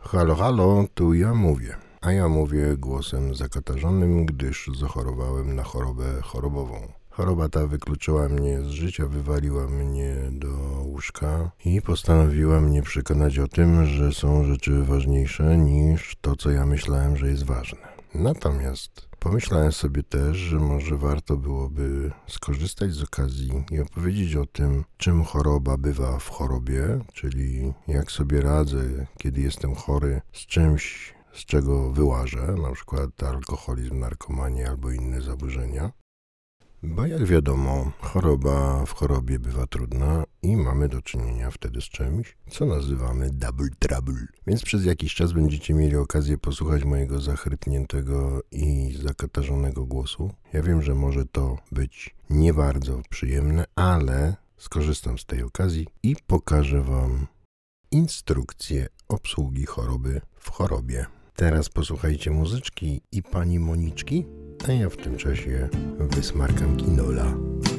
Halo, halo, tu ja mówię. A ja mówię głosem zakatarzonym, gdyż zachorowałem na chorobę chorobową. Choroba ta wykluczyła mnie z życia, wywaliła mnie do łóżka i postanowiła mnie przekonać o tym, że są rzeczy ważniejsze niż to, co ja myślałem, że jest ważne. Natomiast pomyślałem sobie też, że może warto byłoby skorzystać z okazji i opowiedzieć o tym, czym choroba bywa w chorobie, czyli jak sobie radzę, kiedy jestem chory z czymś, z czego wyłażę, na przykład alkoholizm, narkomania albo inne zaburzenia. Bo jak wiadomo, choroba w chorobie bywa trudna i mamy do czynienia wtedy z czymś, co nazywamy double trouble. Więc przez jakiś czas będziecie mieli okazję posłuchać mojego zachrypniętego i zakatarzonego głosu. Ja wiem, że może to być nie bardzo przyjemne, ale skorzystam z tej okazji i pokażę wam instrukcję obsługi choroby w chorobie. Teraz posłuchajcie muzyczki i pani Moniczki, a ja w tym czasie wysmarkam kinola.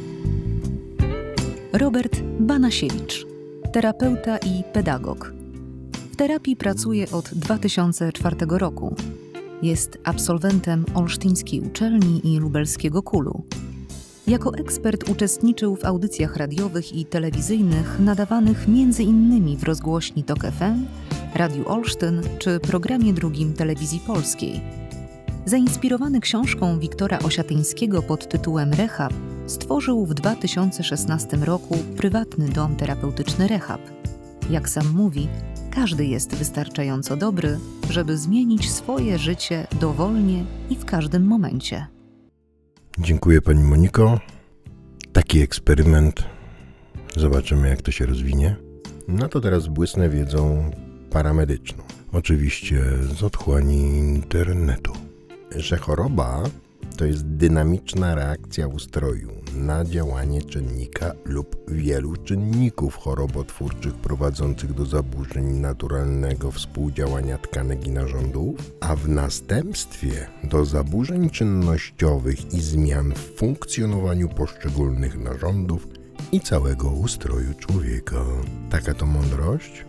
Robert Banasiewicz, terapeuta i pedagog. W terapii pracuje od 2004 roku. Jest absolwentem Olsztyńskiej Uczelni i Lubelskiego KUL-u. Jako ekspert uczestniczył w audycjach radiowych i telewizyjnych nadawanych m.in. w rozgłośni TOK FM, Radiu Olsztyn czy programie drugim Telewizji Polskiej. Zainspirowany książką Wiktora Osiatyńskiego pod tytułem Rehab, stworzył w 2016 roku prywatny dom terapeutyczny Rehab. Jak sam mówi, każdy jest wystarczająco dobry, żeby zmienić swoje życie dowolnie i w każdym momencie. Dziękuję pani Moniko. Taki eksperyment. Zobaczymy, jak to się rozwinie. No to teraz błysnę wiedzą paramedyczną. Oczywiście z otchłani internetu. Że choroba to jest dynamiczna reakcja ustroju na działanie czynnika lub wielu czynników chorobotwórczych prowadzących do zaburzeń naturalnego współdziałania tkanek i narządów, a w następstwie do zaburzeń czynnościowych i zmian w funkcjonowaniu poszczególnych narządów i całego ustroju człowieka. Taka to mądrość?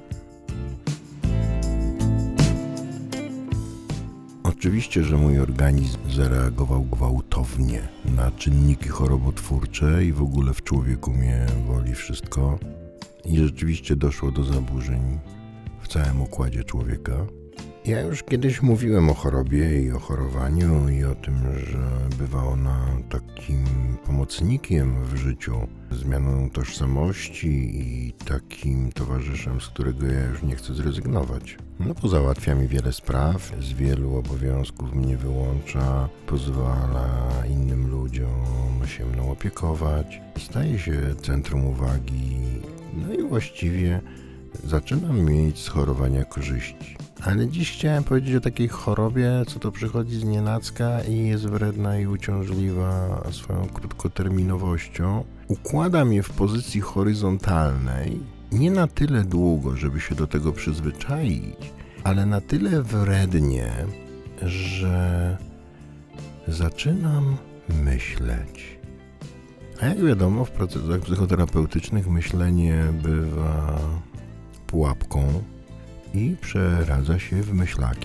Oczywiście, że mój organizm zareagował gwałtownie na czynniki chorobotwórcze i w ogóle w człowieku mnie boli wszystko. I rzeczywiście doszło do zaburzeń w całym układzie człowieka. Ja już kiedyś mówiłem o chorobie i o chorowaniu i o tym, że bywa ona takim pomocnikiem w życiu, zmianą tożsamości i takim towarzyszem, z którego ja już nie chcę zrezygnować. No bo załatwia mi wiele spraw, z wielu obowiązków mnie wyłącza, pozwala innym ludziom się mną opiekować, staje się centrum uwagi, no i właściwie zaczynam mieć z chorowania korzyści. Ale dziś chciałem powiedzieć o takiej chorobie, co to przychodzi z nienacka i jest wredna i uciążliwa swoją krótkoterminowością. Układa mnie w pozycji horyzontalnej, nie na tyle długo, żeby się do tego przyzwyczaić, ale na tyle wrednie, że zaczynam myśleć. A jak wiadomo, w procesach psychoterapeutycznych myślenie bywa pułapką i przeradza się w myślaki.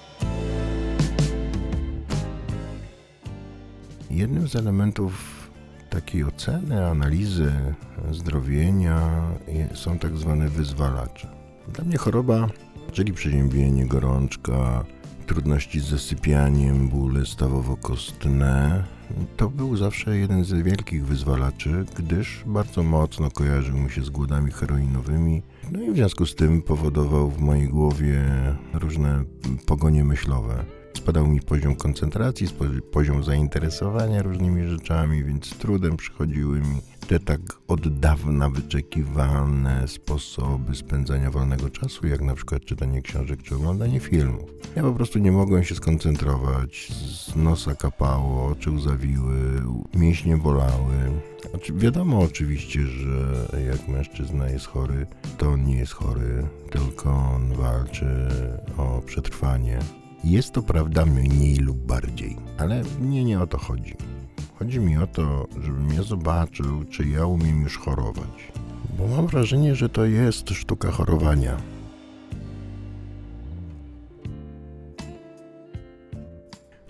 Jednym z elementów takiej oceny, analizy zdrowienia są tak zwane wyzwalacze. Dla mnie choroba, czyli przeziębienie, gorączka, trudności z zasypianiem, bóle stawowo-kostne, to był zawsze jeden z wielkich wyzwalaczy, gdyż bardzo mocno kojarzył mi się z głodami heroinowymi. No i w związku z tym powodował w mojej głowie różne pogonie myślowe. Spadał mi poziom koncentracji, poziom zainteresowania różnymi rzeczami, więc z trudem przychodziły mi te tak od dawna wyczekiwane sposoby spędzania wolnego czasu, jak na przykład czytanie książek czy oglądanie filmów. Ja po prostu nie mogłem się skoncentrować, z nosa kapało, oczy łzawiły, mięśnie bolały. Wiadomo oczywiście, że jak mężczyzna jest chory, to on nie jest chory, tylko on walczy o przetrwanie. Jest to prawda mniej lub bardziej, ale mnie nie o to chodzi. Chodzi mi o to, żebym ja zobaczył, czy ja umiem już chorować. Bo mam wrażenie, że to jest sztuka chorowania.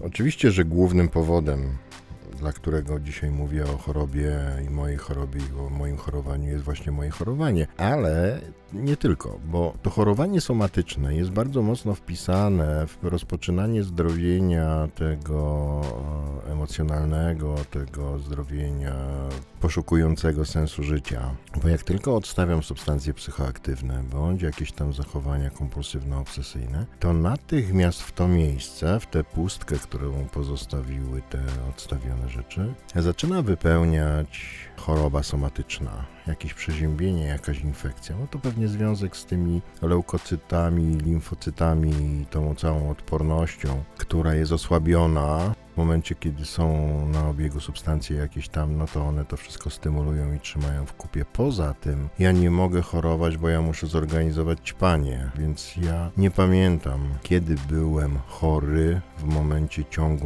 Oczywiście, że głównym powodem, dla którego dzisiaj mówię o chorobie i mojej chorobie i o moim chorowaniu, jest właśnie moje chorowanie, ale nie tylko, bo to chorowanie somatyczne jest bardzo mocno wpisane w rozpoczynanie zdrowienia tego emocjonalnego, tego zdrowienia poszukującego sensu życia. Bo jak tylko odstawiam substancje psychoaktywne bądź jakieś tam zachowania kompulsywno-obsesyjne, to natychmiast w to miejsce, w tę pustkę, którą pozostawiły te odstawione rzeczy, zaczyna wypełniać choroba somatyczna, jakieś przeziębienie, jakaś infekcja. No to pewnie związek z tymi leukocytami, limfocytami i tą całą odpornością, która jest osłabiona. W momencie, kiedy są na obiegu substancje jakieś tam, no to one to wszystko stymulują i trzymają w kupie. Poza tym ja nie mogę chorować, bo ja muszę zorganizować ćpanie, więc ja nie pamiętam, kiedy byłem chory w momencie ciągu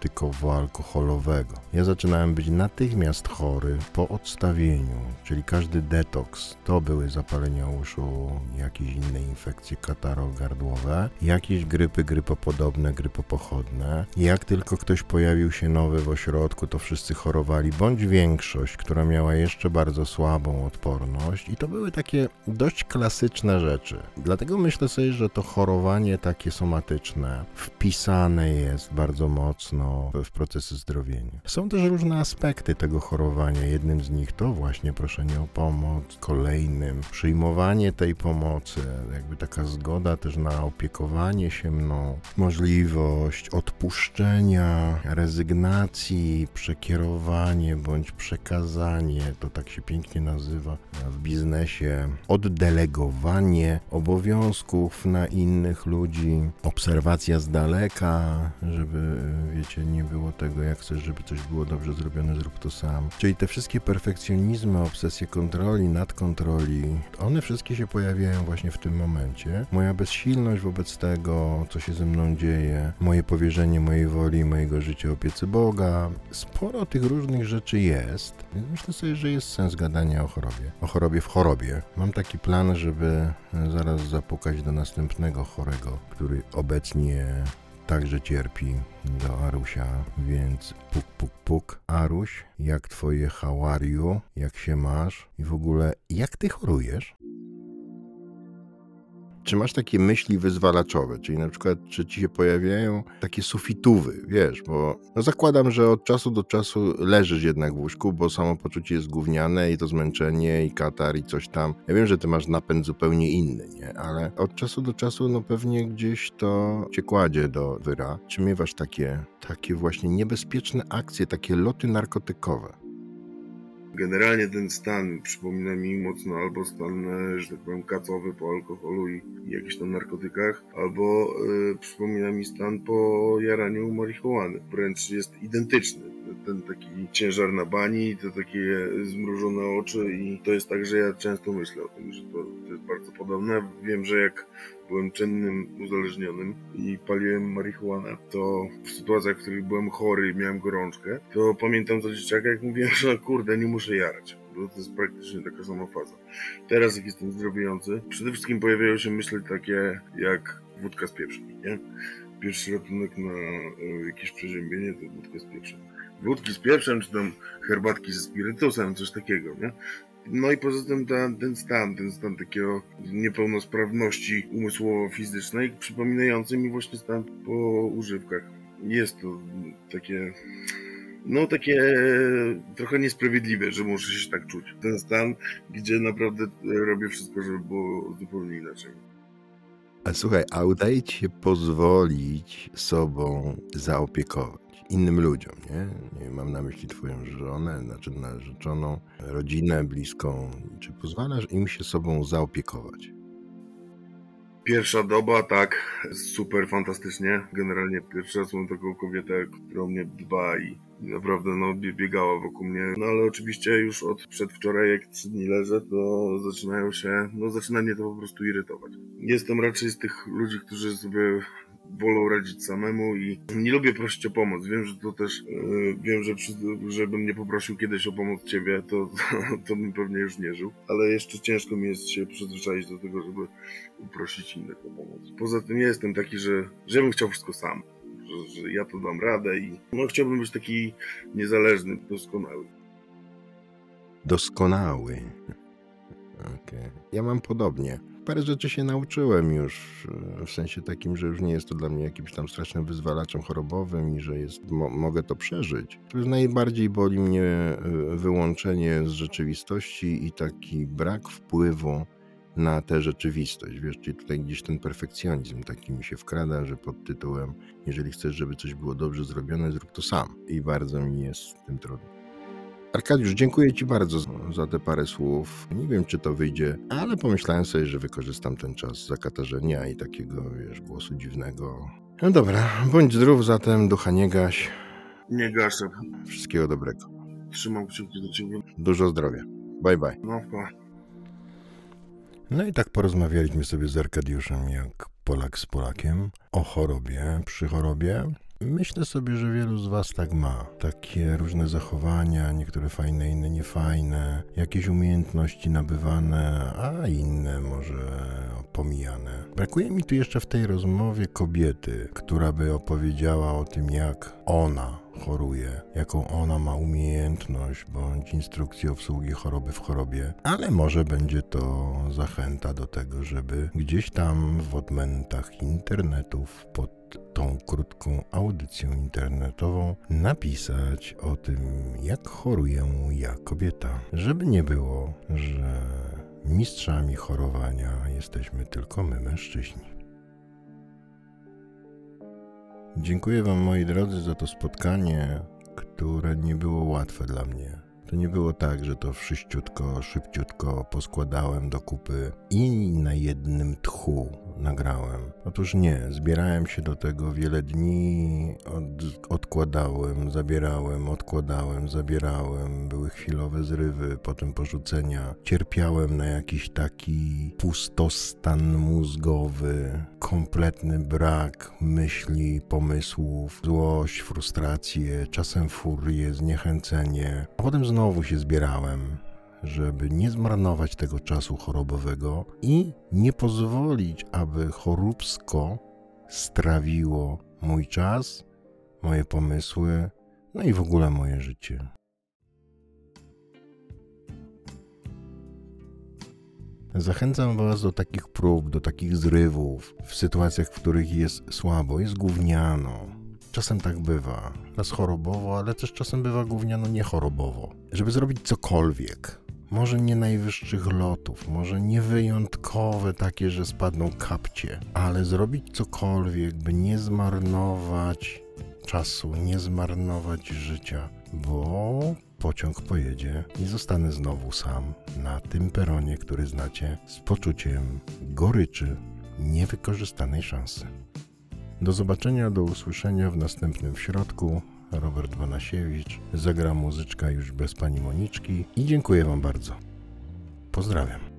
narkotykowo-alkoholowego. Ja zaczynałem być natychmiast chory po odstawieniu, czyli każdy detoks to były zapalenia uszu, jakieś inne infekcje kataro-gardłowe, jakieś grypy, grypopodobne, grypopochodne. Jak tylko ktoś pojawił się nowy w ośrodku, to wszyscy chorowali, bądź większość, która miała jeszcze bardzo słabą odporność i to były takie dość klasyczne rzeczy. Dlatego myślę sobie, że to chorowanie takie somatyczne wpisane jest bardzo mocno w procesy zdrowienia. Są też różne aspekty tego chorowania. Jednym z nich to właśnie proszenie o pomoc, kolejnym przyjmowanie tej pomocy, jakby taka zgoda też na opiekowanie się mną, możliwość odpuszczenia, rezygnacji, przekierowanie bądź przekazanie, to tak się pięknie nazywa w biznesie, oddelegowanie obowiązków na innych ludzi, obserwacja z daleka, żeby, wiecie, nie było tego, jak chcesz, żeby coś było dobrze zrobione, zrób to sam. Czyli te wszystkie perfekcjonizmy, obsesje kontroli, nadkontroli, one wszystkie się pojawiają właśnie w tym momencie. Moja bezsilność wobec tego, co się ze mną dzieje, moje powierzenie mojej woli, mojego życia opiece Boga. Sporo tych różnych rzeczy jest, więc myślę sobie, że jest sens gadania o chorobie. O chorobie w chorobie. Mam taki plan, żeby zaraz zapukać do następnego chorego, który obecnie także cierpi, do Arusia, więc puk, puk, puk. Aruś, jak twoje how are you? Jak się masz? I w ogóle, jak ty chorujesz? Czy masz takie myśli wyzwalaczowe, czyli na przykład, czy ci się pojawiają takie sufitówy, wiesz, bo no zakładam, że od czasu do czasu leżysz jednak w łóżku, bo samopoczucie jest gówniane i to zmęczenie i katar i coś tam. Ja wiem, że ty masz napęd zupełnie inny, nie, ale od czasu do czasu no pewnie gdzieś to cię kładzie do wyra. Czy miewasz takie właśnie niebezpieczne akcje, takie loty narkotykowe? Generalnie ten stan przypomina mi mocno albo stan, że tak powiem, kacowy po alkoholu i jakichś tam narkotykach, albo przypomina mi stan po jaraniu marihuany. Wręcz jest identyczny. Ten taki ciężar na bani, te takie zmrużone oczy i to jest tak, że ja często myślę o tym, że to jest bardzo podobne. Wiem, że jak byłem czynnym uzależnionym i paliłem marihuanę, to w sytuacjach, w których byłem chory i miałem gorączkę, to pamiętam za dzieciaka, jak mówiłem, że kurde, nie muszę jarać, bo to jest praktycznie taka sama faza. Teraz, jak jestem zdrowiejący, przede wszystkim pojawiają się myśli takie jak wódka z pieprzem, nie? Pierwszy ratunek na jakieś przeziębienie to wódka z pieprzem. Wódki z pieprzem, czy tam herbatki ze spirytusem, coś takiego, nie? No i poza tym ten stan takiego niepełnosprawności umysłowo-fizycznej, przypominający mi właśnie stan po używkach. Jest to takie trochę niesprawiedliwe, że muszę się tak czuć. Ten stan, gdzie naprawdę robię wszystko, żeby było zupełnie inaczej. A słuchaj, a udaje ci się pozwolić sobą zaopiekować innym ludziom, nie? Nie mam na myśli twoją żonę, znaczy narzeczoną, rodzinę bliską. Czy pozwalasz im się sobą zaopiekować? Pierwsza doba, tak, super fantastycznie. Generalnie pierwszy raz mam taką kobietę, która o mnie dba i naprawdę biegała wokół mnie. No ale oczywiście już od przedwczoraj, jak 3 dni leżę, to zaczyna mnie to po prostu irytować. Jestem raczej z tych ludzi, którzy sobie wolą radzić samemu i nie lubię prosić o pomoc. Wiem, że to też, żebym nie poprosił kiedyś o pomoc ciebie, to bym pewnie już nie żył. Ale jeszcze ciężko mi jest się przyzwyczaić do tego, żeby prosić innych o pomoc. Poza tym ja jestem taki, że bym chciał wszystko sam. że ja to dam radę i no, chciałbym być taki niezależny, doskonały. Doskonały. Okej. Ja mam podobnie. Parę rzeczy się nauczyłem już, w sensie takim, że już nie jest to dla mnie jakimś tam strasznym wyzwalaczem chorobowym i że mogę to przeżyć. Już najbardziej boli mnie wyłączenie z rzeczywistości i taki brak wpływu na tę rzeczywistość. Wiesz, czyli tutaj gdzieś ten perfekcjonizm taki mi się wkrada, że pod tytułem jeżeli chcesz, żeby coś było dobrze zrobione, zrób to sam. I bardzo mi jest z tym trudno. Arkadiusz, dziękuję Ci bardzo za te parę słów. Nie wiem, czy to wyjdzie, ale pomyślałem sobie, że wykorzystam ten czas zakatarzenia i takiego, wiesz, głosu dziwnego. No dobra, bądź zdrów zatem, ducha nie gaś. Nie gaszę. Wszystkiego dobrego. Trzymam kciuki do Ciebie. Dużo zdrowia. Bye bye. No, pa. No i tak porozmawialiśmy sobie z Arkadiuszem jak Polak z Polakiem o chorobie, przy chorobie. Myślę sobie, że wielu z Was tak ma. Takie różne zachowania, niektóre fajne, inne niefajne, jakieś umiejętności nabywane, a inne może pomijane. Brakuje mi tu jeszcze w tej rozmowie kobiety, która by opowiedziała o tym, jak ona choruje, jaką ona ma umiejętność bądź instrukcję obsługi choroby w chorobie, ale może będzie to zachęta do tego, żeby gdzieś tam w odmętach internetów pod tą krótką audycją internetową napisać o tym, jak choruję ja kobieta. Żeby nie było, że mistrzami chorowania jesteśmy tylko my mężczyźni. Dziękuję Wam, moi drodzy, za to spotkanie, które nie było łatwe dla mnie. To nie było tak, że to wszyściutko, szybciutko poskładałem do kupy i na jednym tchu nagrałem. Otóż nie, zbierałem się do tego wiele dni, odkładałem, zabierałem, odkładałem, zabierałem. Były chwilowe zrywy, potem porzucenia. Cierpiałem na jakiś taki pustostan mózgowy, kompletny brak myśli, pomysłów, złość, frustrację, czasem furię, zniechęcenie. A potem znowu się zbierałem, żeby nie zmarnować tego czasu chorobowego i nie pozwolić, aby choróbsko strawiło mój czas, moje pomysły, no i w ogóle moje życie. Zachęcam Was do takich prób, do takich zrywów, w sytuacjach, w których jest słabo, jest gówniano. Czasem tak bywa, raz chorobowo, ale też czasem bywa gówniano niechorobowo. Żeby zrobić cokolwiek, może nie najwyższych lotów, może nie wyjątkowe takie, że spadną kapcie, ale zrobić cokolwiek, by nie zmarnować czasu, nie zmarnować życia, bo pociąg pojedzie i zostanę znowu sam na tym peronie, który znacie, z poczuciem goryczy niewykorzystanej szansy. Do zobaczenia, do usłyszenia w następnym w środku. Robert Wanasiewicz, zagra muzyczka już bez pani Moniczki i dziękuję Wam bardzo. Pozdrawiam.